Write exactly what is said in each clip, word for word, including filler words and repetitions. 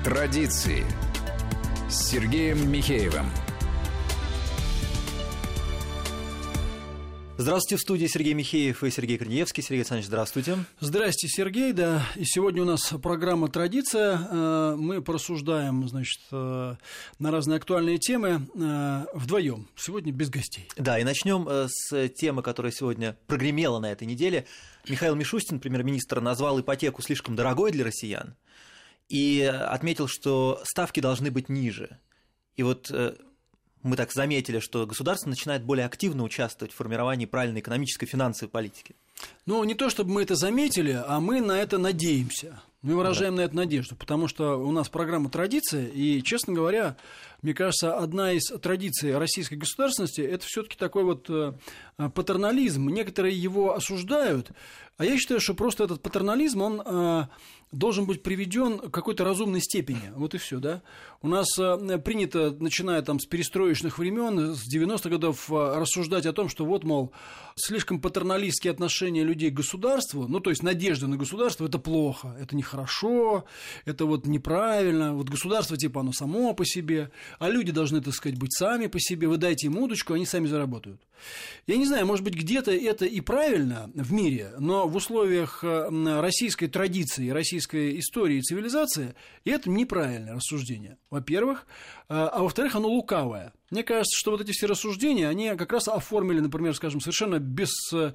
Традиции с Сергеем Михеевым. Здравствуйте, в студии Сергей Михеев и Сергей Корнеевский. Сергей Александрович, здравствуйте. Здравствуйте, Сергей, да. И сегодня у нас программа «Традиция». Мы порассуждаем, значит, на разные актуальные темы вдвоем. Сегодня без гостей. Да, и начнем с темы, которая сегодня прогремела на этой неделе. Михаил Мишустин, премьер-министр, назвал ипотеку слишком дорогой для россиян и отметил, что ставки должны быть ниже. И вот мы так заметили, что государство начинает более активно участвовать в формировании правильной экономической и финансовой политики. Ну, не то чтобы мы это заметили, а мы на это надеемся. Мы выражаем да. на это надежду, потому что у нас программа «Традиция», и, честно говоря, мне кажется, одна из традиций российской государственности – это все-таки такой вот патернализм. Некоторые его осуждают, а я считаю, что просто этот патернализм, он должен быть приведен к какой-то разумной степени. Вот и все, да. У нас принято, начиная там с перестроечных времен, с девяностых годов, рассуждать о том, что вот, мол, слишком патерналистские отношения людей к государству, ну, то есть надежда на государство – это плохо, это нехорошо, это вот неправильно, вот государство типа оно само по себе, а люди должны, так сказать, быть сами по себе, вы дайте им удочку, они сами заработают. Я не знаю, может быть, где-то это и правильно в мире, но в условиях российской традиции, российской истории и цивилизации это неправильное рассуждение, во-первых, а во-вторых, оно лукавое. Мне кажется, что вот эти все рассуждения, они как раз оформили, например, скажем, совершенно бес,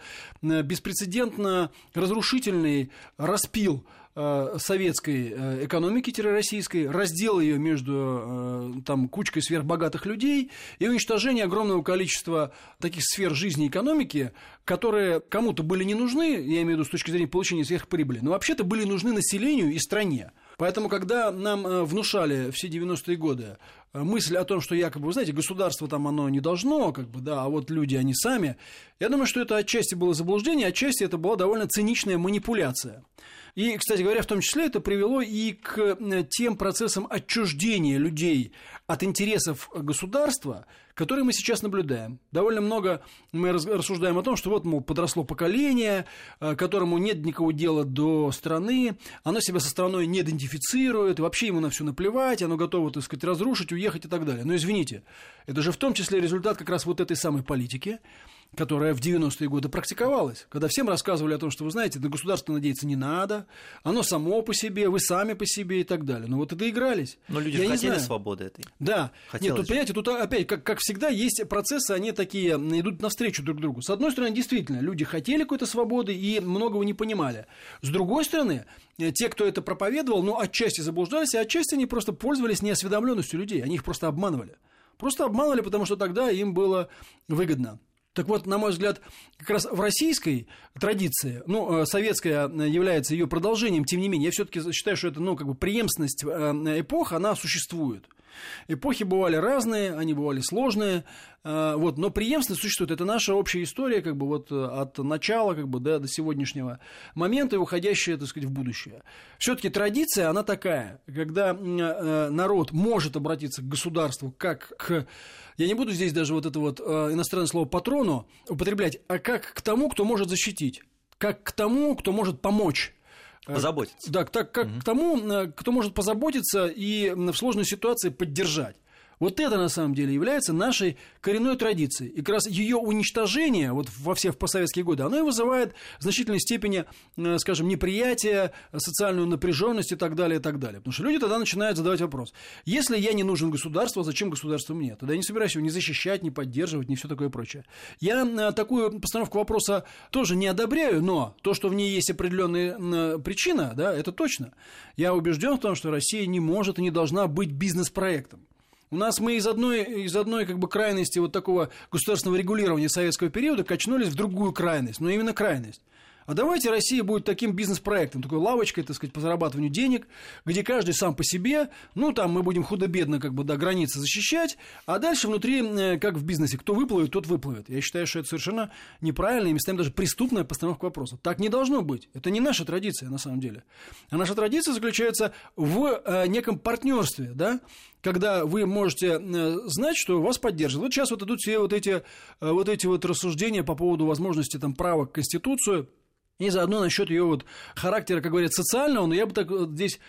беспрецедентно разрушительный распил советской экономики-российской, раздел ее между там, кучкой сверхбогатых людей и уничтожение огромного количества таких сфер жизни и экономики, которые кому-то были не нужны, я имею в виду с точки зрения получения сверхприбыли, но вообще-то были нужны населению и стране. Поэтому, когда нам внушали все девяностые годы мысль о том, что якобы, вы знаете, государство там оно не должно, как бы, да, а вот люди, они сами, я думаю, что это отчасти было заблуждение, отчасти это была довольно циничная манипуляция. И, кстати говоря, в том числе это привело и к тем процессам отчуждения людей от интересов государства, которые мы сейчас наблюдаем. Довольно много мы рассуждаем о том, что вот, мол, подросло поколение, которому нет никакого дела до страны, оно себя со страной не идентифицирует, вообще ему на все наплевать, оно готово, так сказать, разрушить, уехать и так далее. Но извините, это же в том числе результат как раз вот этой самой политики, которая в девяностые годы практиковалась, когда всем рассказывали о том, что, вы знаете, на государство надеяться не надо, оно само по себе, вы сами по себе и так далее. Но вот это игрались. Но люди же хотели свободы этой. Да. Хотелось Нет, тут, же. понимаете, тут опять, как, как всегда, есть процессы, они такие, идут навстречу друг другу. С одной стороны, действительно, люди хотели какой-то свободы и многого не понимали. С другой стороны, те, кто это проповедовал, ну, отчасти заблуждались, а отчасти они просто пользовались неосведомленностью людей, они их просто обманывали. Просто обманывали, потому что тогда им было выгодно. Так вот, на мой взгляд, как раз в российской традиции, ну, советская является ее продолжением, тем не менее, я все-таки считаю, что это, ну, как бы преемственность эпох, она существует. Эпохи бывали разные, они бывали сложные, вот, но преемственность существует. Это наша общая история, как бы вот от начала, как бы, да, до сегодняшнего момента и уходящая, так сказать, в будущее. Все-таки традиция, она такая, когда народ может обратиться к государству как к... Я не буду здесь даже вот это вот иностранное слово «патрону» употреблять, а как к тому, кто может защитить, как к тому, кто может помочь. Позаботиться. Да, так как угу. к тому, кто может позаботиться и в сложной ситуации поддержать. Вот это, на самом деле, является нашей коренной традицией. И как раз ее уничтожение вот во все постсоветские годы, оно и вызывает в значительной степени, скажем, неприятие, социальную напряженность и так далее, и так далее. Потому что люди тогда начинают задавать вопрос. Если я не нужен государству, зачем государство мне? Тогда я не собираюсь его ни защищать, ни поддерживать, ни все такое прочее. Я такую постановку вопроса тоже не одобряю, но то, что в ней есть определенная причина, да, это точно. Я убежден в том, что Россия не может и не должна быть бизнес-проектом. У нас мы из одной, из одной как бы крайности вот такого государственного регулирования советского периода качнулись в другую крайность, но именно крайность. А давайте Россия будет таким бизнес-проектом, такой лавочкой, так сказать, по зарабатыванию денег, где каждый сам по себе, ну, там мы будем худо-бедно, как бы, да, границы защищать, а дальше внутри, как в бизнесе, кто выплывет, тот выплывет. Я считаю, что это совершенно неправильно и местами даже преступная постановка вопроса. Так не должно быть. Это не наша традиция, на самом деле. А наша традиция заключается в неком партнерстве, да, когда вы можете знать, что вас поддерживают. Вот сейчас вот идут все вот эти вот, эти вот рассуждения по поводу возможности там, права к Конституцию. И заодно насчет ее вот характера, как говорят, социального, но я бы так вот здесь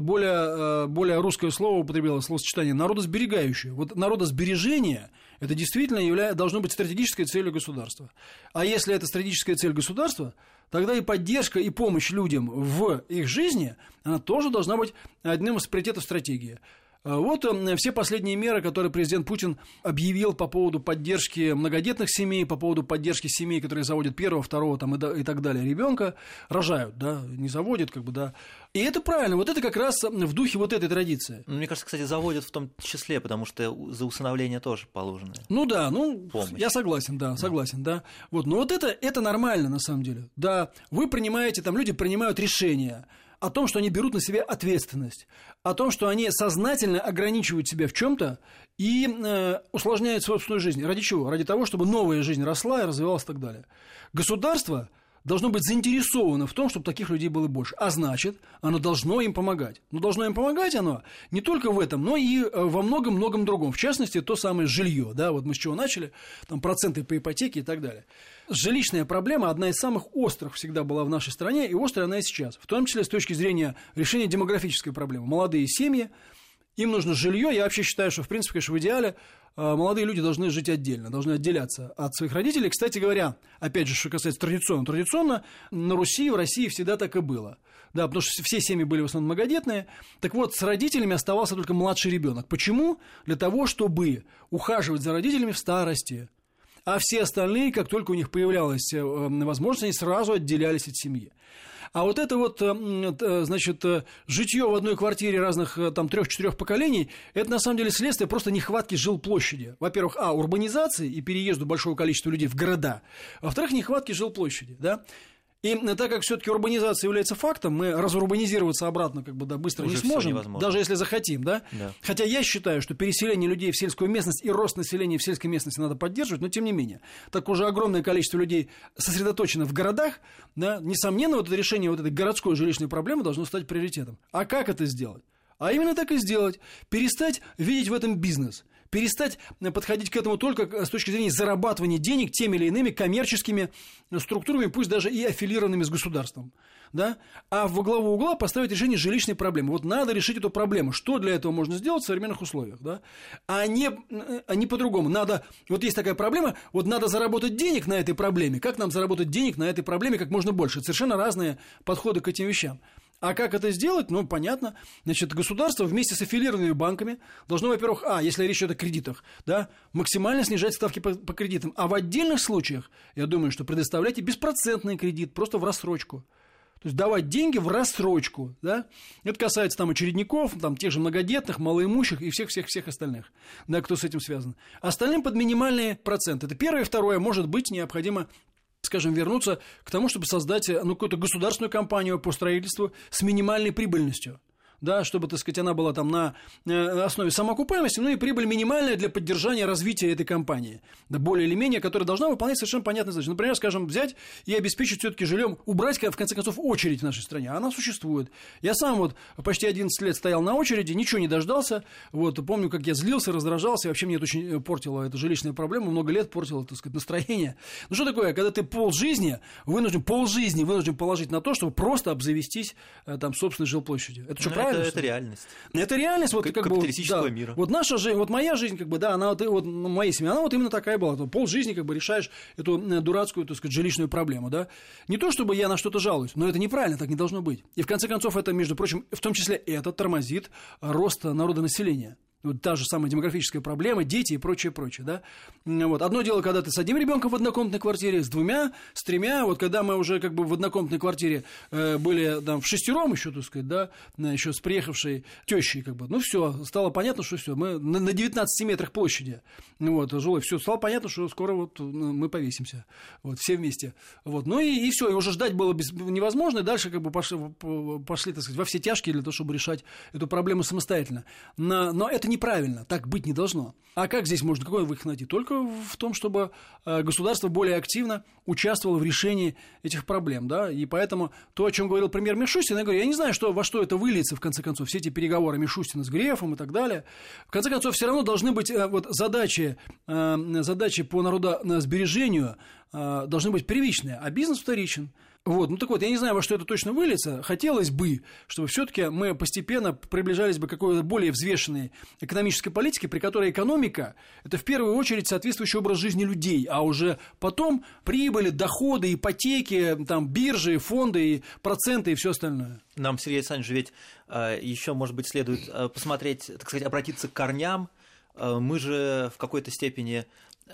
более, более русское слово употребил, словосочетание народосберегающее. Вот народосбережение – это действительно является, должно быть стратегической целью государства. А если это стратегическая цель государства, тогда и поддержка, и помощь людям в их жизни, она тоже должна быть одним из приоритетов стратегии. Вот все последние меры, которые президент Путин объявил по поводу поддержки многодетных семей, по поводу поддержки семей, которые заводят первого, второго там, и так далее ребенка, рожают, да, не заводят, как бы, да. И это правильно, вот это как раз в духе вот этой традиции. Мне кажется, кстати, заводят в том числе, потому что за усыновление тоже положено. Ну да, ну, помощь. Я согласен, да, согласен, да. Вот, но вот это, это нормально на самом деле. Да, вы принимаете, там люди принимают решения о том, что они берут на себя ответственность, о том, что они сознательно ограничивают себя в чем-то и э, усложняют собственную жизнь. Ради чего? Ради того, чтобы новая жизнь росла и развивалась и так далее. Государство должно быть заинтересовано в том, чтобы таких людей было больше. А значит, оно должно им помогать. Но должно им помогать оно не только в этом, но и во многом-многом другом. В частности, то самое жилье. Да, вот мы с чего начали, там проценты по ипотеке и так далее. Жилищная проблема одна из самых острых всегда была в нашей стране, и острая она и сейчас. В том числе с точки зрения решения демографической проблемы. Молодые семьи, им нужно жилье. Я вообще считаю, что, в принципе, конечно, в идеале молодые люди должны жить отдельно, должны отделяться от своих родителей. Кстати говоря, опять же, что касается традиционно, традиционно на Руси, в России всегда так и было. Да, потому что все семьи были в основном многодетные. Так вот, с родителями оставался только младший ребенок. Почему? Для того, чтобы ухаживать за родителями в старости. А все остальные, как только у них появлялась возможность, они сразу отделялись от семьи. А вот это вот, значит, житье в одной квартире разных там трех-четырех поколений, это на самом деле следствие просто нехватки жилплощади. Во-первых, а, урбанизации и переезду большого количества людей в города. Во-вторых, нехватки жилплощади, да. И так как все-таки урбанизация является фактом, мы разурбанизироваться обратно как бы, да, быстро Уже не сможем, даже если захотим. Да? Да. Хотя я считаю, что переселение людей в сельскую местность и рост населения в сельской местности надо поддерживать, но тем не менее. Так уже огромное количество людей сосредоточено в городах. Да? Несомненно, вот это решение вот этой городской жилищной проблемы должно стать приоритетом. А как это сделать? А именно так и сделать. Перестать видеть в этом бизнес. Перестать подходить к этому только с точки зрения зарабатывания денег теми или иными коммерческими структурами, пусть даже и аффилированными с государством. Да? А во главу угла поставить решение жилищной проблемы. Вот надо решить эту проблему. Что для этого можно сделать в современных условиях? Да? А, не, а не по-другому. Надо, вот есть такая проблема, вот надо заработать денег на этой проблеме. Как нам заработать денег на этой проблеме как можно больше? Это совершенно разные подходы к этим вещам. А как это сделать? Ну, понятно. Значит, государство вместе с аффилированными банками должно, во-первых, а, если речь идет о кредитах, да, максимально снижать ставки по, по кредитам. А в отдельных случаях, я думаю, что предоставлять и беспроцентный кредит, просто в рассрочку. То есть давать деньги в рассрочку, да. Это касается там очередников, там тех же многодетных, малоимущих и всех-всех-всех остальных, да, кто с этим связан. Остальным под минимальные проценты. Это первое. Второе, может быть, необходимо, скажем, вернуться к тому, чтобы создать ну, какую-то государственную компанию по строительству с минимальной прибыльностью. Да, чтобы, так сказать, она была там на основе самоокупаемости, ну и прибыль минимальная для поддержания развития этой компании, да, более или менее, которая должна выполнять совершенно понятные задачи. Например, скажем, взять и обеспечить все-таки жильем, убрать, в конце концов, очередь в нашей стране. Она существует. Я сам вот почти одиннадцать лет стоял на очереди, ничего не дождался. Вот, помню, как я злился, раздражался, и вообще мне это очень портило, эта жилищная проблема, много лет портило, так сказать, настроение. Ну что такое, когда ты полжизни вынужден, полжизни вынужден положить на то, чтобы просто обзавестись там собственной жилплощадью. Это что, Но правильно? Это, это реальность. Это реальность вот, как капиталистического бы, да, мира. Вот наша жизнь, вот моя жизнь, как бы, да, она вот, вот моя семья, она вот именно такая была. Пол жизни как бы решаешь эту дурацкую, так сказать, жилищную проблему, да. Не то чтобы я на что-то жалуюсь, но это неправильно, так не должно быть. И в конце концов это, между прочим, в том числе это тормозит рост народонаселения. Вот та же самая демографическая проблема, дети и прочее, прочее, да. Вот. Одно дело, когда ты с одним ребенком в однокомнатной квартире, с двумя, с тремя, вот когда мы уже как бы в однокомнатной квартире э, были там в шестером еще, так сказать, да, еще с приехавшей тещей, как бы, ну все, стало понятно, что все, мы на, на девятнадцати метрах площади, вот, жилой, все, стало понятно, что скоро вот мы повесимся, вот, все вместе, вот, ну и, и все, и уже ждать было без, невозможно, и дальше как бы пошли, пошли, так сказать, во все тяжкие для того, чтобы решать эту проблему самостоятельно, но, но это неправильно, так быть не должно. А как здесь можно, какой выход найти? Только в том, чтобы государство более активно участвовало в решении этих проблем, да, и поэтому то, о чем говорил премьер Мишустин, я говорю, я не знаю, что, во что это выльется, в конце концов, все эти переговоры Мишустина с Грефом и так далее, в конце концов, все равно должны быть вот задачи, задачи по народосбережению должны быть первичные, а бизнес вторичен. Вот, ну так вот, я не знаю, во что это точно выльется. Хотелось бы, чтобы все-таки мы постепенно приближались бы к какой-то более взвешенной экономической политике, при которой экономика – это в первую очередь соответствующий образ жизни людей, а уже потом прибыли, доходы, ипотеки, там, биржи, фонды, и проценты и все остальное. Нам, Сергей Александрович, ведь э, еще, может быть, следует э, посмотреть, так сказать, обратиться к корням. Э, мы же в какой-то степени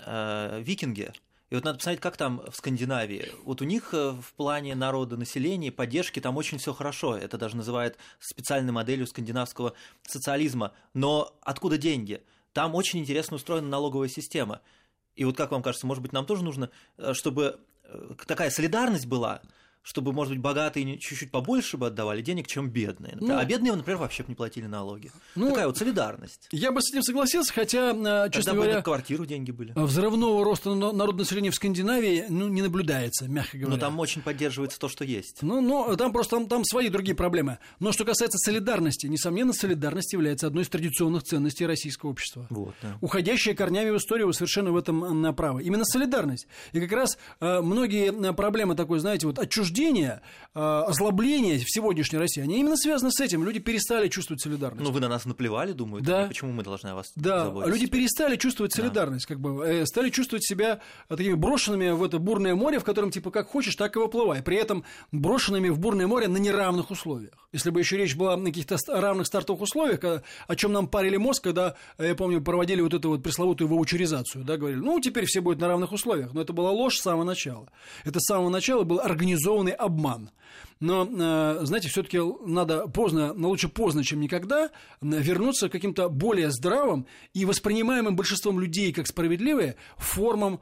э, викинги. И вот надо посмотреть, как там в Скандинавии. Вот у них в плане народа, населения, поддержки там очень все хорошо. Это даже называют специальной моделью скандинавского социализма. Но откуда деньги? Там очень интересно устроена налоговая система. И вот как вам кажется, может быть, нам тоже нужно, чтобы такая солидарность была, чтобы, может быть, богатые чуть-чуть побольше бы отдавали денег, чем бедные. Ну, а бедные, например, вообще бы не платили налоги. Ну, такая вот солидарность. Я бы с этим согласился, хотя, честно Тогда говоря, бы на квартиру деньги были. Взрывного роста народного населения в Скандинавии ну, не наблюдается, мягко говоря. Но там очень поддерживается то, что есть. Ну, ну там просто там, там свои другие проблемы. Но что касается солидарности, несомненно, солидарность является одной из традиционных ценностей российского общества. Вот, да. Уходящая корнями в историю, вы совершенно в этом направо. Именно солидарность. И как раз э, многие проблемы такой, знаете, вот отчуждения, озлобление в сегодняшней России, они именно связаны с этим. Люди перестали чувствовать солидарность. Ну, вы на нас наплевали, думаю, да. Почему мы должны о вас да. заботиться? Люди перестали чувствовать солидарность, да. как бы, стали чувствовать себя такими брошенными в это бурное море, в котором, типа, как хочешь, так и выплывай. При этом брошенными в бурное море на неравных условиях. Если бы еще речь была о каких-то равных стартовых условиях, о чем нам парили мозг, когда, я помню, проводили вот эту вот пресловутую ваучеризацию, да, говорили, ну, теперь все будет на равных условиях. Но это была ложь с самого начала. Это с самого начала был организованный обман. Но, знаете, все-таки надо поздно, но лучше поздно, чем никогда, вернуться к каким-то более здравым и воспринимаемым большинством людей как справедливые формам,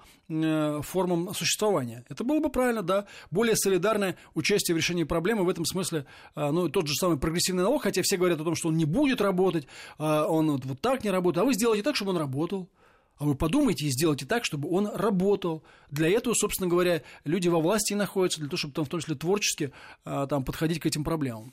формам существования. Это было бы правильно, да. Более солидарное участие в решении проблемы. В этом смысле, ну, тот же самый прогрессивный налог, хотя все говорят о том, что он не будет работать, он вот, вот так не работает, а вы сделаете так, чтобы он работал. А вы подумайте и сделайте так, чтобы он работал. Для этого, собственно говоря, люди во власти и находятся, для того, чтобы там, в том числе творчески там, подходить к этим проблемам.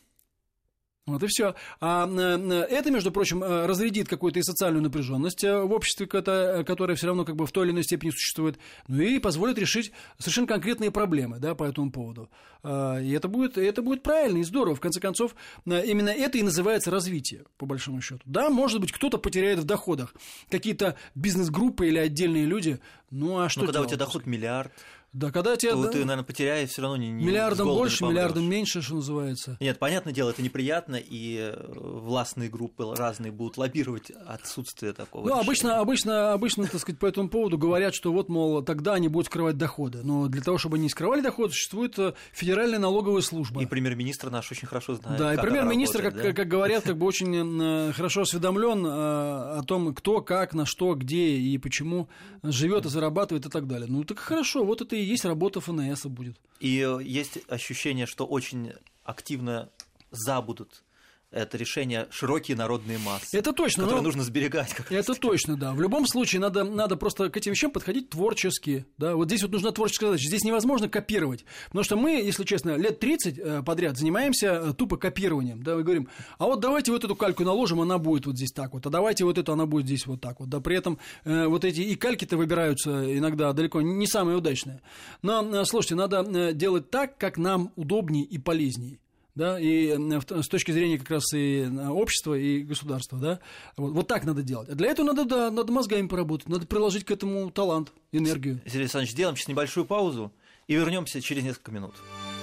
Вот и все. А это, между прочим, разрядит какую-то и социальную напряженность в обществе, которая все равно как бы в той или иной степени существует, ну и позволит решить совершенно конкретные проблемы, да, по этому поводу. И это будет, это будет правильно и здорово. В конце концов, именно это и называется развитие, по большому счету. Да, может быть, кто-то потеряет в доходах. Какие-то бизнес-группы или отдельные люди. Ну, а что Ну, когда делать? у тебя доход миллиард, да, когда тебя, то да, ты, наверное, потеряешь все равно не, не миллиардом больше, не миллиардом меньше, что называется. Нет, понятное дело, это неприятно, и властные группы разные будут лоббировать отсутствие такого Ну, решения. обычно, обычно, обычно, так сказать, по этому поводу говорят, что вот, мол, тогда они будут скрывать доходы. Но для того, чтобы они не скрывали доходы, существует Федеральная налоговая служба. И премьер-министр наш очень хорошо знает, Да, и как премьер-министр, как, работает, да? как говорят, как бы очень хорошо осведомлен о том, кто, как, на что, где и почему живет и зарабатывает и так далее. Ну, так хорошо, вот это и есть работа эф эн эс будет. И есть ощущение, что очень активно забудут это решение широкие народные массы. Это точно. Которые но... нужно сберегать. Как это точно, да. В любом случае надо, надо просто к этим вещам подходить творчески. Да? Вот здесь вот нужна творческая задача. Здесь невозможно копировать. Потому что мы, если честно, лет тридцать подряд занимаемся тупо копированием. Да? Мы говорим, а вот давайте вот эту кальку наложим, она будет вот здесь так вот. А давайте вот эту, она будет здесь вот так вот. Да? При этом э, вот эти и кальки-то выбираются иногда далеко не самые удачные. Но, слушайте, надо делать так, как нам удобнее и полезнее. Да, и с точки зрения как раз и общества, и государства, да, вот, вот так надо делать. А для этого надо, да, надо мозгами поработать, надо приложить к этому талант, энергию. Сергей Александрович, сделаем сейчас небольшую паузу и вернемся через несколько минут.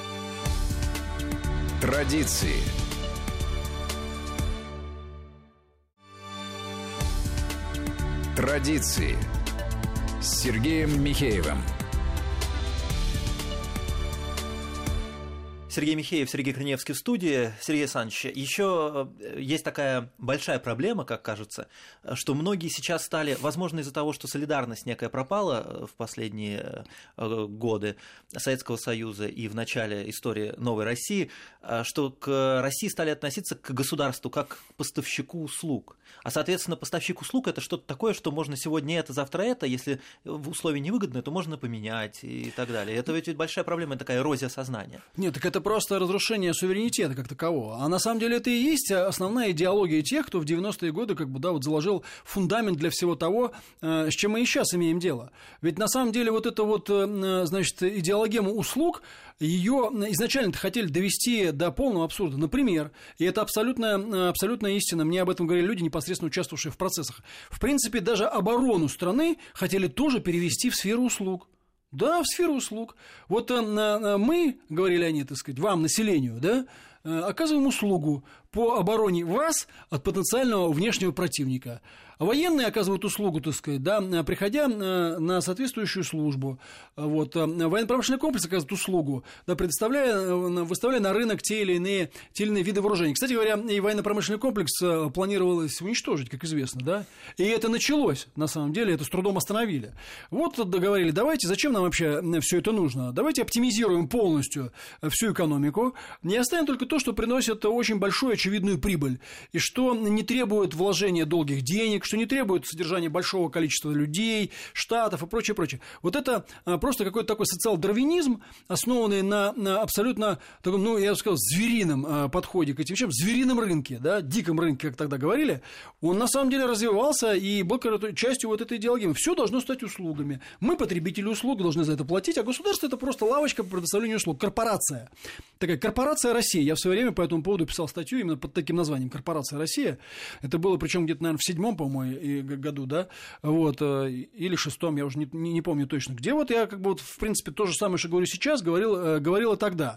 Традиции. Традиции с Сергеем Михеевым. Сергей Михеев, Сергей Криневский в студии. Сергей Александрович, еще есть такая большая проблема, как кажется, что многие сейчас стали, возможно, из-за того, что солидарность некая пропала в последние годы Советского Союза и в начале истории новой России, что к России стали относиться к государству как к поставщику услуг. А, соответственно, поставщик услуг – это что-то такое, что можно сегодня это, завтра это, если условия невыгодны, то можно поменять и так далее. Это ведь большая проблема, такая эрозия сознания. Нет, так это это просто разрушение суверенитета как такового. А на самом деле это и есть основная идеология тех, кто в девяностые годы как бы, да, вот заложил фундамент для всего того, с чем мы и сейчас имеем дело. Ведь на самом деле вот эта вот, значит, идеологема услуг, ее изначально хотели довести до полного абсурда. Например, и это абсолютно, абсолютно истина, мне об этом говорили люди, непосредственно участвовавшие в процессах. В принципе, даже оборону страны хотели тоже перевести в сферу услуг. Да, в сферу услуг. Вот э, мы, говорили они, так сказать, вам, населению, да, э, оказываем услугу по обороне вас от потенциального внешнего противника. А военные оказывают услугу, так сказать, да, приходя на соответствующую службу. Вот. Военно-промышленный комплекс оказывает услугу, да, предоставляя, выставляя на рынок те или иные, те или иные виды вооружений. Кстати говоря, и военно-промышленный комплекс планировалось уничтожить, как известно, да. И это началось, на самом деле, это с трудом остановили. Вот договорили, давайте, зачем нам вообще все это нужно? Давайте оптимизируем полностью всю экономику, не оставим только то, что приносит очень большую очевидную прибыль, и что не требует вложения долгих денег, что не требует содержания большого количества людей, штатов и прочее, прочее. Вот это просто какой-то такой социал-дарвинизм, основанный на, на абсолютно таком, ну, я бы сказал, зверином подходе к этим вещам, зверином рынке, да, диком рынке, как тогда говорили, он на самом деле развивался и был частью вот этой идеологии. Все должно стать услугами. Мы, потребители услуг, должны за это платить, а государство – это просто лавочка по предоставлению услуг, корпорация. Такая корпорация России. Я в свое время по этому поводу писал статью именно под таким названием «Корпорация Россия». Это было, причем где-то, наверное, в седьмом, по-моему, году, да, вот, или шестом, я уже не, не, не помню точно, где. Вот я, как бы, вот, в принципе, то же самое, что говорю сейчас, говорил, говорил и тогда.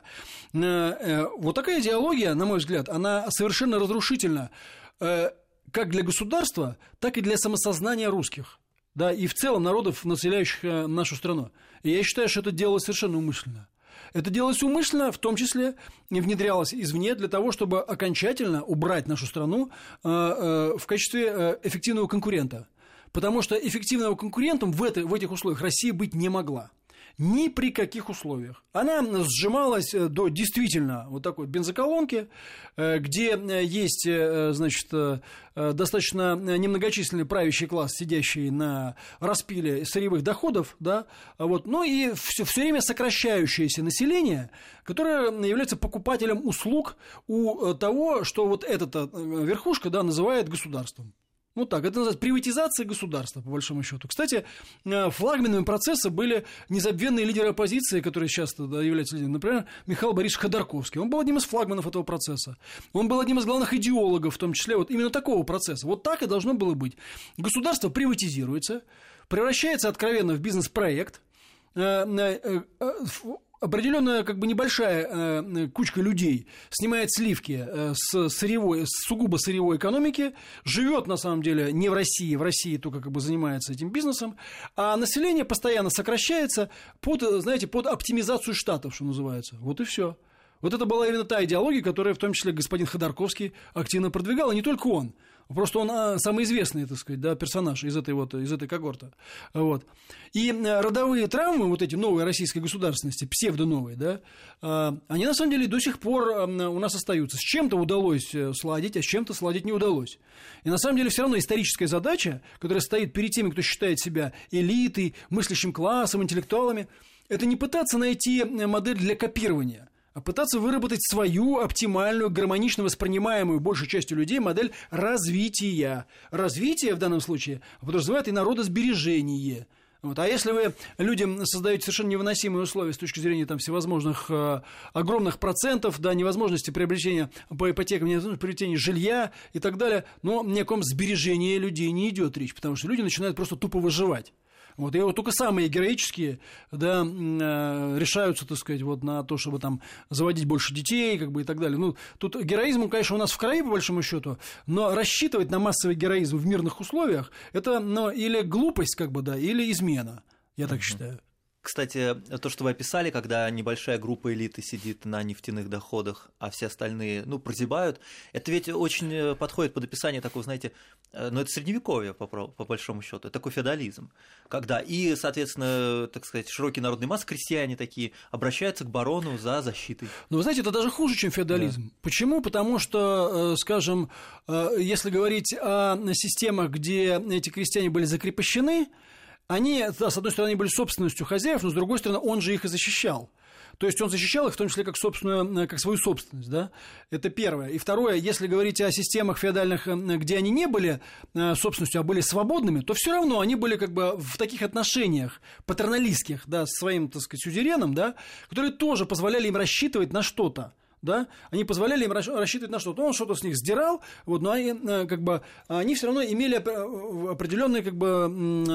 Вот такая идеология, на мой взгляд, она совершенно разрушительна как для государства, так и для самосознания русских, да, и в целом народов, населяющих нашу страну. И я считаю, что это делалось совершенно умышленно. Это делалось умышленно, в том числе и внедрялось извне для того, чтобы окончательно убрать нашу страну э, э, в качестве э, эффективного конкурента. Потому что эффективного конкурентом в, это, в этих условиях Россия быть не могла. Ни при каких условиях. Она сжималась до действительно вот такой бензоколонки, где есть, значит, достаточно немногочисленный правящий класс, сидящий на распиле сырьевых доходов, да, вот, но и все, все время сокращающееся население, которое является покупателем услуг у того, что вот эта верхушка, да, называет государством. Ну так, это называется приватизация государства, по большому счету. Кстати, флагманами процесса были незабвенные лидеры оппозиции, которые сейчас являются лидерами. Например, Михаил Борисович Ходорковский. Он был одним из флагманов этого процесса. Он был одним из главных идеологов, в том числе вот именно такого процесса. Вот так и должно было быть. Государство приватизируется, превращается откровенно в бизнес-проект, определенная, как бы, небольшая э, кучка людей снимает сливки э, с сырьевой, с сугубо сырьевой экономики, живет на самом деле не в России, в России только как бы занимается этим бизнесом, а население постоянно сокращается под, знаете, под оптимизацию штатов, что называется. Вот и все. Вот это была именно та идеология, которую в том числе господин Ходорковский активно продвигал, и не только он. Просто он а, самый известный, так сказать, да, персонаж из этой, вот, из этой когорты. Вот. И родовые травмы вот эти новой российской государственности, псевдо-новые, да, а, они на самом деле до сих пор а, у нас остаются. С чем-то удалось сладить, а с чем-то сладить не удалось. И на самом деле все равно историческая задача, которая стоит перед теми, кто считает себя элитой, мыслящим классом, интеллектуалами, это не пытаться найти модель для копирования, а пытаться выработать свою оптимальную, гармонично воспринимаемую большей частью людей модель развития. Развитие в данном случае подразумевает и народосбережение. Вот. А если вы людям создаете совершенно невыносимые условия с точки зрения там, всевозможных э, огромных процентов, да, невозможности приобретения по ипотекам, невозможности приобретения жилья и так далее, но ни о каком сбережении людей не идет речь, потому что люди начинают просто тупо выживать. Вот, и вот только самые героические, да, решаются, так сказать, вот на то, чтобы там заводить больше детей, как бы, и так далее. Ну, тут героизм, конечно, у нас в крови, по большому счету, но рассчитывать на массовый героизм в мирных условиях – это, ну, или глупость, как бы, да, или измена, я так считаю. Кстати, то, что вы описали, когда небольшая группа элиты сидит на нефтяных доходах, а все остальные, ну, прозябают, это ведь очень подходит под описание такого, знаете, ну, это средневековье, по, по большому счету, это такой феодализм, когда и, соответственно, так сказать, широкие народные массы, крестьяне такие, обращаются к барону за защитой. Ну, вы знаете, это даже хуже, чем феодализм. Да. Почему? Потому что, скажем, если говорить о системах, где эти крестьяне были закрепощены, они, да, с одной стороны, были собственностью хозяев, но с другой стороны, он же их и защищал. То есть он защищал их в том числе как, собственную, как свою собственность, да? Это первое. И второе, если говорить о системах феодальных, где они не были собственностью, а были свободными, то все равно они были как бы в таких отношениях патерналистских, да, с своим, так сказать, сюзереном, да, которые тоже позволяли им рассчитывать на что-то. Да? Они позволяли им рассчитывать на что-то. Он что-то с них сдирал, вот, но они, как бы, они все равно имели определенный как бы,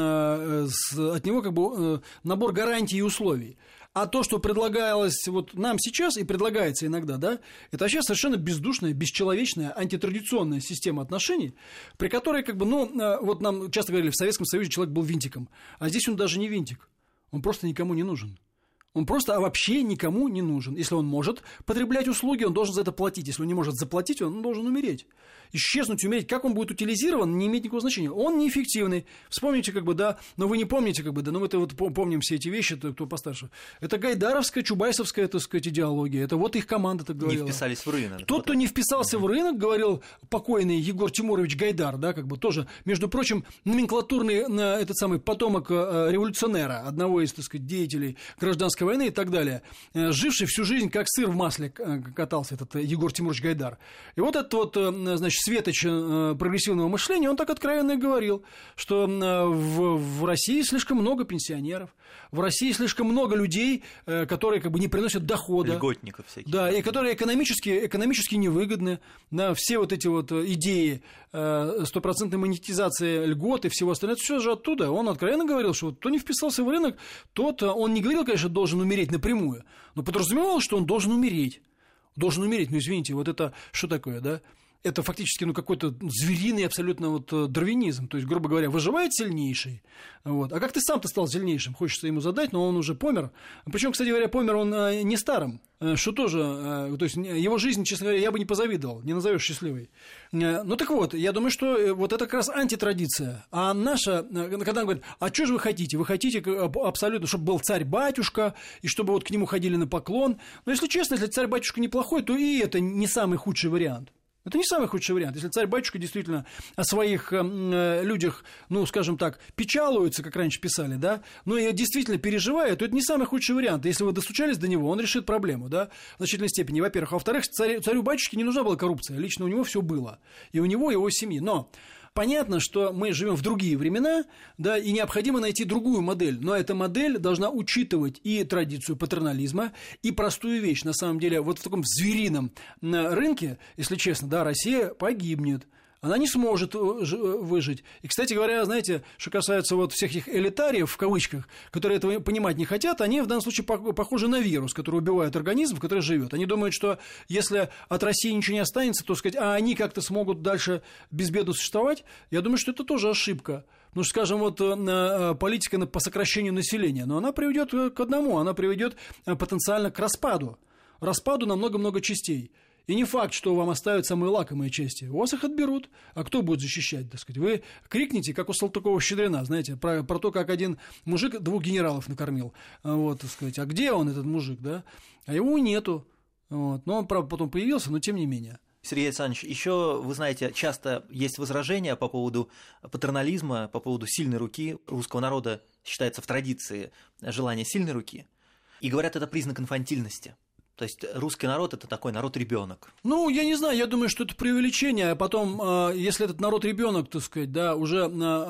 от него как бы, набор гарантий и условий. А то, что предлагалось вот нам сейчас и предлагается иногда, да, это вообще совершенно бездушная, бесчеловечная, антитрадиционная система отношений, при которой, как бы, ну, вот нам часто говорили, в Советском Союзе человек был винтиком, а здесь он даже не винтик, он просто никому не нужен. Он просто вообще никому не нужен. Если он может потреблять услуги, он должен за это платить. Если он не может заплатить, он должен умереть. Исчезнуть, умереть. Как он будет утилизирован, не имеет никакого значения. Он неэффективный. Вспомните, как бы, да, но вы не помните, как бы, да, но мы-то вот помним все эти вещи, кто постарше. Это гайдаровская, чубайсовская, так сказать, идеология. Это вот их команда так говорила. Не вписались в рынок. Тот, кто не вписался в рынок, говорил покойный Егор Тимурович Гайдар, да, как бы тоже, между прочим, номенклатурный этот самый потомок революционера, одного из, так сказать, деятелей гражданской войны и так далее, живший всю жизнь как сыр в масле катался этот Егор Тимурович Гайдар. И вот этот вот, значит, светоч прогрессивного мышления, он так откровенно и говорил, что в, в России слишком много пенсионеров, в России слишком много людей, которые как бы не приносят дохода. Льготников всяких. Да, и которые экономически, экономически невыгодны. Да, все вот эти вот идеи стопроцентной монетизации льгот и всего остального, это все же оттуда. Он откровенно говорил, что вот кто не вписался в рынок, тот, он не говорил, конечно, должен умереть напрямую, но подразумевал, что он должен умереть. Должен умереть, ну извините, вот это что такое, да? Это фактически, ну, какой-то звериный абсолютно вот дарвинизм. То есть, грубо говоря, выживает сильнейший. Вот. А как ты сам-то стал сильнейшим? Хочется ему задать, но он уже помер. Причем, кстати говоря, помер он не старым. Что тоже, то есть его жизнь, честно говоря, я бы не позавидовал, не назовешь счастливой. Ну так вот, я думаю, что вот это как раз антитрадиция. А наша, когда он говорит, а что же вы хотите? Вы хотите абсолютно, чтобы был царь-батюшка, и чтобы вот к нему ходили на поклон. Но если честно, если царь-батюшка неплохой, то и это не самый худший вариант. Это не самый худший вариант. Если царь-батюшка действительно о своих э, людях, ну, скажем так, печалуется, как раньше писали, да, но и действительно переживает, то это не самый худший вариант. Если вы достучались до него, он решит проблему, да, в значительной степени, во-первых. А во-вторых, царь, царю-батюшке не нужна была коррупция. Лично у него все было. И у него, и его семьи. Но понятно, что мы живем в другие времена, да, и необходимо найти другую модель. Но эта модель должна учитывать и традицию патернализма, и простую вещь. На самом деле, вот в таком зверином рынке, если честно, да, Россия погибнет. Она не сможет выжить. И, кстати говоря, знаете, что касается вот всех этих элитариев, в кавычках, которые этого понимать не хотят, они в данном случае похожи на вирус, который убивает организм, в который живет. Они думают, что если от России ничего не останется, то сказать, а они как-то смогут дальше безбедно существовать, я думаю, что это тоже ошибка. Ну, скажем, вот политика по сокращению населения, но она приведет к одному, она приведет потенциально к распаду. Распаду на много-много частей. И не факт, что вам оставят самые лакомые части. У вас их отберут. А кто будет защищать, так сказать? Вы крикните, как у Салтыкова-Щедрина, знаете, про, про то, как один мужик двух генералов накормил. Вот, так сказать. А где он, этот мужик, да? А его нету. Вот. Но он, правда, потом появился, но тем не менее. Сергей Александрович, еще, вы знаете, часто есть возражения по поводу патернализма, по поводу сильной руки. Русского народа считается в традиции желание сильной руки. И говорят, это признак инфантильности. То есть русский народ – это такой народ-ребенок. Ну, я не знаю, я думаю, что это преувеличение. А потом, если этот народ-ребенок, так сказать, да, уже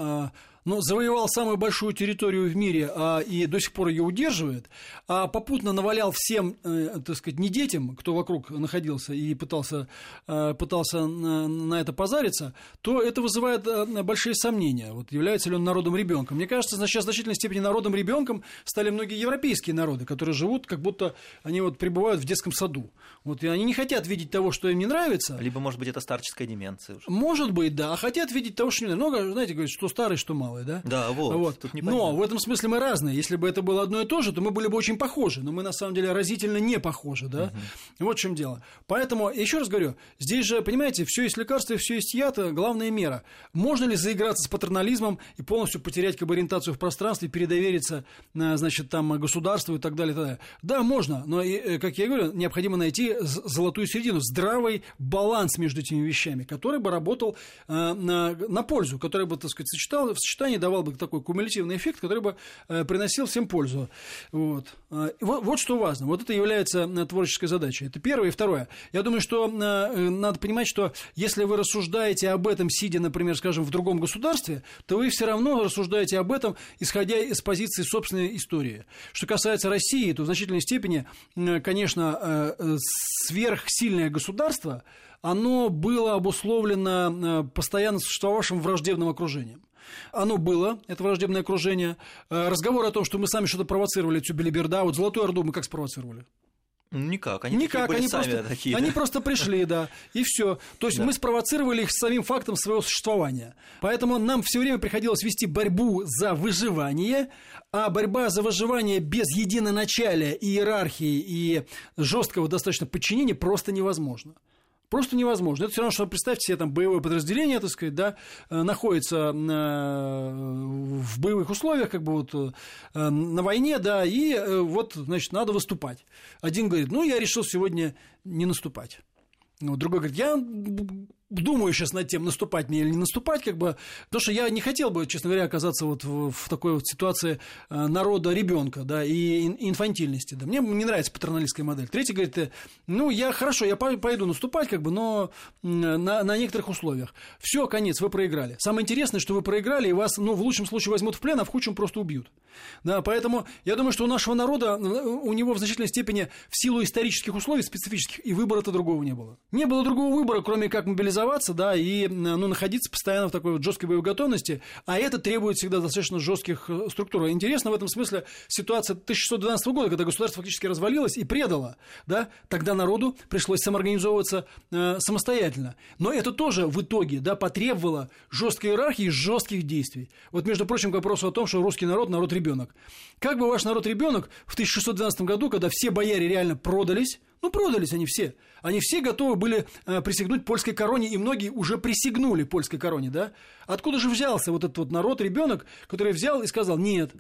ну, завоевал самую большую территорию в мире а, и до сих пор ее удерживает, а попутно навалял всем, э, так сказать, не детям, кто вокруг находился и пытался, э, пытался на, на это позариться, то это вызывает э, большие сомнения. Вот является ли он народом-ребенком? Мне кажется, сейчас в значительной степени народом-ребенком стали многие европейские народы, которые живут, как будто они вот пребывают в детском саду. Вот, и они не хотят видеть того, что им не нравится. Либо, может быть, это старческая деменция уже. Может быть, да. А хотят видеть того, что не нравится. Много, знаете, говорят, что старый, что малый, да? Да, вот. вот. Тут но в этом смысле мы разные. Если бы это было одно и то же, то мы были бы очень похожи. Но мы, на самом деле, разительно не похожи, да? Угу. Вот в чем дело. Поэтому, еще раз говорю, здесь же, понимаете, все есть лекарство, все есть яд, главная мера. Можно ли заиграться с патернализмом и полностью потерять как бы ориентацию в пространстве, передовериться, значит, там, государству и так далее, и так далее? Да, можно. Но, как я говорю, необходимо найти золотую середину, здравый баланс между этими вещами, который бы работал э, на, на пользу, который бы, так сказать, сочетал, сочетался сочетании давал бы такой кумулятивный эффект, который бы приносил всем пользу. Вот. Вот, вот что важно. Вот это является творческой задачей. Это первое. И второе. Я думаю, что надо понимать, что если вы рассуждаете об этом, сидя, например, скажем, в другом государстве, то вы все равно рассуждаете об этом, исходя из позиции собственной истории. Что касается России, то в значительной степени, конечно, сверхсильное государство, оно было обусловлено постоянно существовавшим враждебным окружением. Оно было, это враждебное окружение. Разговор о том, что мы сами что-то провоцировали, всю белиберда, вот Золотую Орду мы как спровоцировали? Никак, они, Никак, были они, сами просто, такие, они да? просто пришли, да, и все. То есть да. мы спровоцировали их самим фактом своего существования. Поэтому нам все время приходилось вести борьбу за выживание, а борьба за выживание без единоначалия, иерархии и жесткого достаточно подчинения просто невозможно. Просто невозможно. Это все равно, что представьте себе, там, боевое подразделение, так сказать, да, находится в боевых условиях, как бы вот на войне, да, и вот, значит, надо выступать. Один говорит, ну, я решил сегодня не наступать. Другой говорит, я думаю сейчас над тем, наступать мне или не наступать, как бы, потому что я не хотел бы, честно говоря, оказаться вот в, в такой вот ситуации народа ребенка, да, и инфантильности, да. Мне не нравится патерналистская модель. Третий говорит, ну, я хорошо, я пойду наступать, как бы, но на, на некоторых условиях. Все, конец, вы проиграли. Самое интересное, что вы проиграли, и вас, ну, в лучшем случае возьмут в плен, а в худшем просто убьют. Да, поэтому я думаю, что у нашего народа, у него в значительной степени в силу исторических условий специфических и выбора-то другого не было. Не было другого выбора, кроме как мобилизоваться, да, и, ну, находиться постоянно в такой вот жесткой боевой готовности, а это требует всегда достаточно жестких структур. Интересно в этом смысле ситуация тысяча шестьсот двенадцатого года, когда государство фактически развалилось и предало, да, тогда народу пришлось самоорганизовываться э, самостоятельно. Но это тоже в итоге, да, потребовало жесткой иерархии и жестких действий. Вот, между прочим, к вопросу о том, что русский народ – народ-ребенок. Как бы ваш народ-ребенок в тысяча шестьсот двенадцатом году, когда все бояре реально продались, ну, продались они все. Они все готовы были э, присягнуть польской короне, и многие уже присягнули польской короне, да? Откуда же взялся вот этот вот народ-ребенок, который взял и сказал «нет».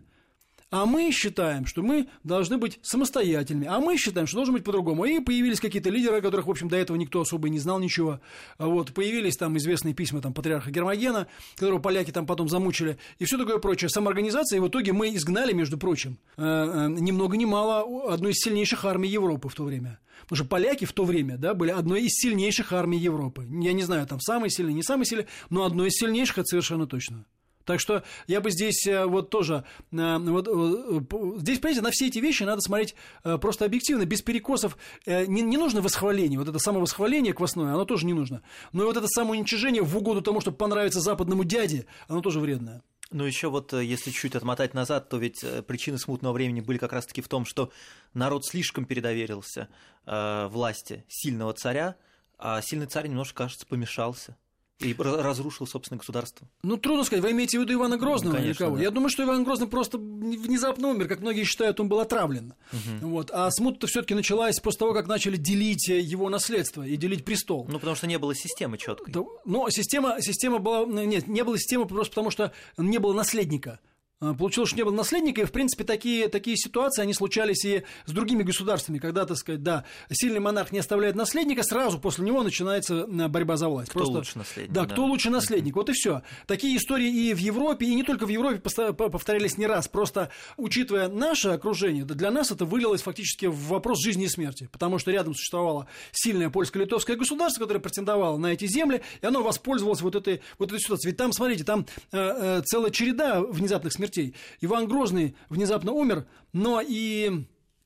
А мы считаем, что мы должны быть самостоятельными. А мы считаем, что должно быть по-другому. И появились какие-то лидеры, о которых, в общем, до этого никто особо и не знал ничего. Вот, появились там известные письма там, патриарха Гермогена, которого поляки там потом замучили, и все такое прочее. Самоорганизация, и в итоге мы изгнали, между прочим, э, э, ни много ни мало одну из сильнейших армий Европы в то время. Потому что поляки в то время, да, были одной из сильнейших армий Европы. Я не знаю, там самые сильные, не самые сильные, но одной из сильнейших, это совершенно точно. Так что я бы здесь вот тоже, вот, здесь, понимаете, на все эти вещи надо смотреть просто объективно, без перекосов. Не, не нужно восхваление, вот это самовосхваление квасное, оно тоже не нужно. Но и вот это самоуничижение в угоду тому, чтобы понравиться западному дяде, оно тоже вредное. Ну, еще вот, если чуть отмотать назад, то ведь причины смутного времени были как раз-таки в том, что народ слишком передоверился э, власти сильного царя, а сильный царь немножко, кажется, помешался. И разрушил собственное государство. Ну, трудно сказать. Вы имеете в виду Ивана Грозного? Ну, конечно, или кого? Да. Я думаю, что Иван Грозный просто внезапно умер. Как многие считают, он был отравлен. Угу. Вот. А смута-то все-таки началась после того, как начали делить его наследство и делить престол. Ну, потому что не было системы четкой. Да, но система, система была... Нет, не было системы просто потому, что не было наследника. Получилось, что не было наследника, и, в принципе, такие, такие ситуации, они случались и с другими государствами, когда, так сказать, да, сильный монарх не оставляет наследника, сразу после него начинается борьба за власть. Кто Просто, лучше наследник. Да, да, кто лучше наследник, вот и все. Такие истории и в Европе, и не только в Европе повторялись не раз, просто учитывая наше окружение, для нас это вылилось фактически в вопрос жизни и смерти, потому что рядом существовало сильное польско-литовское государство, которое претендовало на эти земли, и оно воспользовалось вот этой, вот этой ситуацией. Ведь там, смотрите, там э, э, целая череда внезапных смертей. Иван Грозный внезапно умер, но и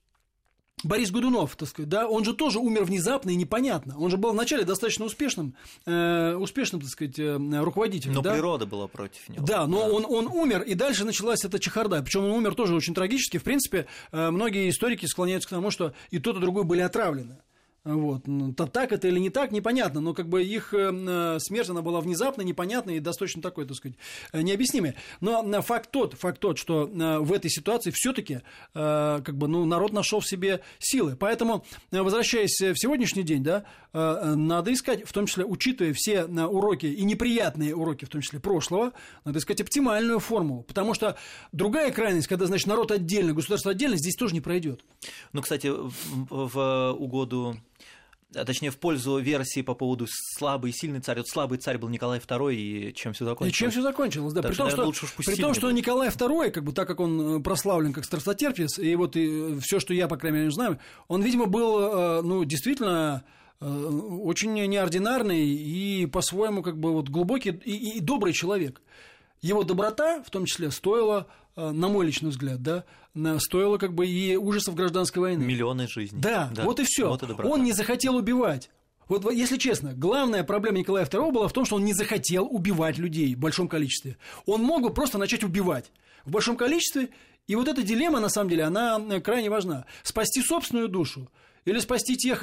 Борис Годунов, так сказать, да, он же тоже умер внезапно и непонятно. Он же был вначале достаточно успешным, э, успешным, так сказать, э, руководителем. Но да? Природа была против него. Да, но да. Он, он умер, и дальше началась эта чехарда. Причем он умер тоже очень трагически. В принципе, э, многие историки склоняются к тому, что и тот, и другой были отравлены. Вот. Так это или не так, непонятно, но как бы их э, смерть, она была внезапной, непонятной и достаточно такой, так сказать, необъяснимой. Но факт тот, факт тот, что э, в этой ситуации все-таки э, как бы, ну, народ нашел в себе силы. Поэтому, возвращаясь в сегодняшний день, да, э, надо искать, в том числе, учитывая все уроки и неприятные уроки, в том числе прошлого, надо искать оптимальную формулу. Потому что другая крайность, когда, значит, народ отдельно, государство отдельно, здесь тоже не пройдет. Ну, кстати, в, в угоду а точнее, в пользу версии по поводу слабый и сильный царь. Вот слабый царь был Николай второй, и чем все закончилось? И чем все закончилось, да. Так при что, том, наверное, что, лучше уж при том, что будет. Николай второй, как бы, так как он прославлен как страстотерпец, и вот все, что я, по крайней мере, знаю, он, видимо, был, ну, действительно очень неординарный и по-своему как бы вот глубокий и, и добрый человек. Его доброта, в том числе, стоила, на мой личный взгляд, да, стоила как бы и ужасов гражданской войны. Миллионы жизней. Да, да. Вот и все. Вот и он не захотел убивать. Вот, если честно, главная проблема Николая второго была в том, что он не захотел убивать людей в большом количестве. Он мог бы просто начать убивать в большом количестве, и вот эта дилемма, на самом деле, она крайне важна. Спасти собственную душу или спасти тех,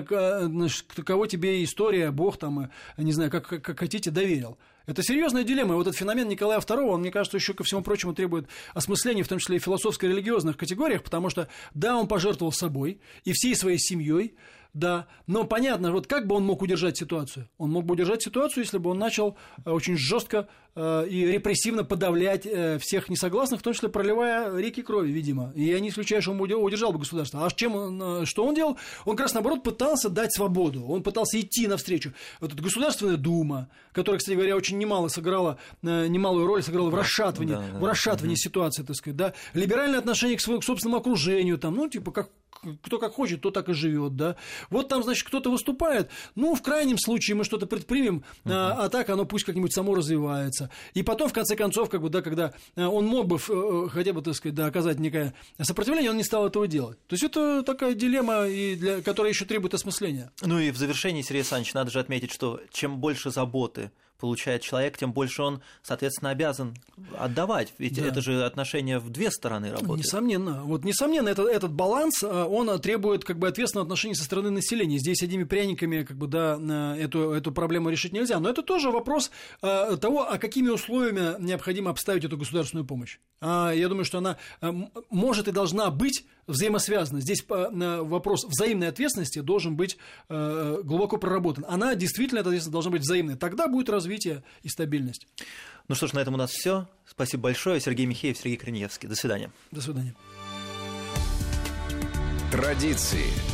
кого тебе история, Бог, там, не знаю, как, как хотите, доверил. Это серьезная дилемма. И вот этот феномен Николая второго, он, мне кажется, еще ко всему прочему требует осмысления, в том числе и философско-религиозных категориях, потому что, да, он пожертвовал собой и всей своей семьей, да, но понятно, вот как бы он мог удержать ситуацию? Он мог бы удержать ситуацию, если бы он начал очень жестко и репрессивно подавлять всех несогласных, в том числе проливая реки крови, видимо. И я не исключаю, что он удержал бы государство. А чем он, что он делал? Он как раз, наоборот, пытался дать свободу. Он пытался идти навстречу. Вот эта Государственная Дума, которая, кстати говоря, очень немало сыграла, немалую роль сыграла в расшатывании, да, да, в расшатывании да. ситуации, так сказать, да. Либеральное отношение к своему к собственному окружению, там, ну, типа, как кто как хочет, то так и живет, да. Вот там, значит, кто-то выступает, ну, в крайнем случае мы что-то предпримем, uh-huh. а, а так оно пусть как-нибудь само развивается. И потом, в конце концов, как бы, да, когда он мог бы хотя бы, так сказать, да, оказать некое сопротивление, он не стал этого делать. То есть это такая дилемма, и для, которая еще требует осмысления. Ну и в завершении, Сергей Александрович, надо же отметить, что чем больше заботы получает человек, тем больше он, соответственно, обязан отдавать. Ведь да. это же отношение в две стороны работает. Несомненно. Вот, несомненно, это, этот баланс, он требует как бы ответственного отношения со стороны населения. Здесь одними пряниками как бы, да, эту, эту проблему решить нельзя. Но это тоже вопрос того, а какими условиями необходимо обставить эту государственную помощь. Я думаю, что она может и должна быть взаимосвязана. Здесь вопрос взаимной ответственности должен быть глубоко проработан. Она действительно, эта ответственность должна быть взаимной. Тогда будет развитие и стабильность. Ну что ж, на этом у нас все. Спасибо большое. Сергей Михеев, Сергей Корнеевский. До свидания. До свидания. Традиции.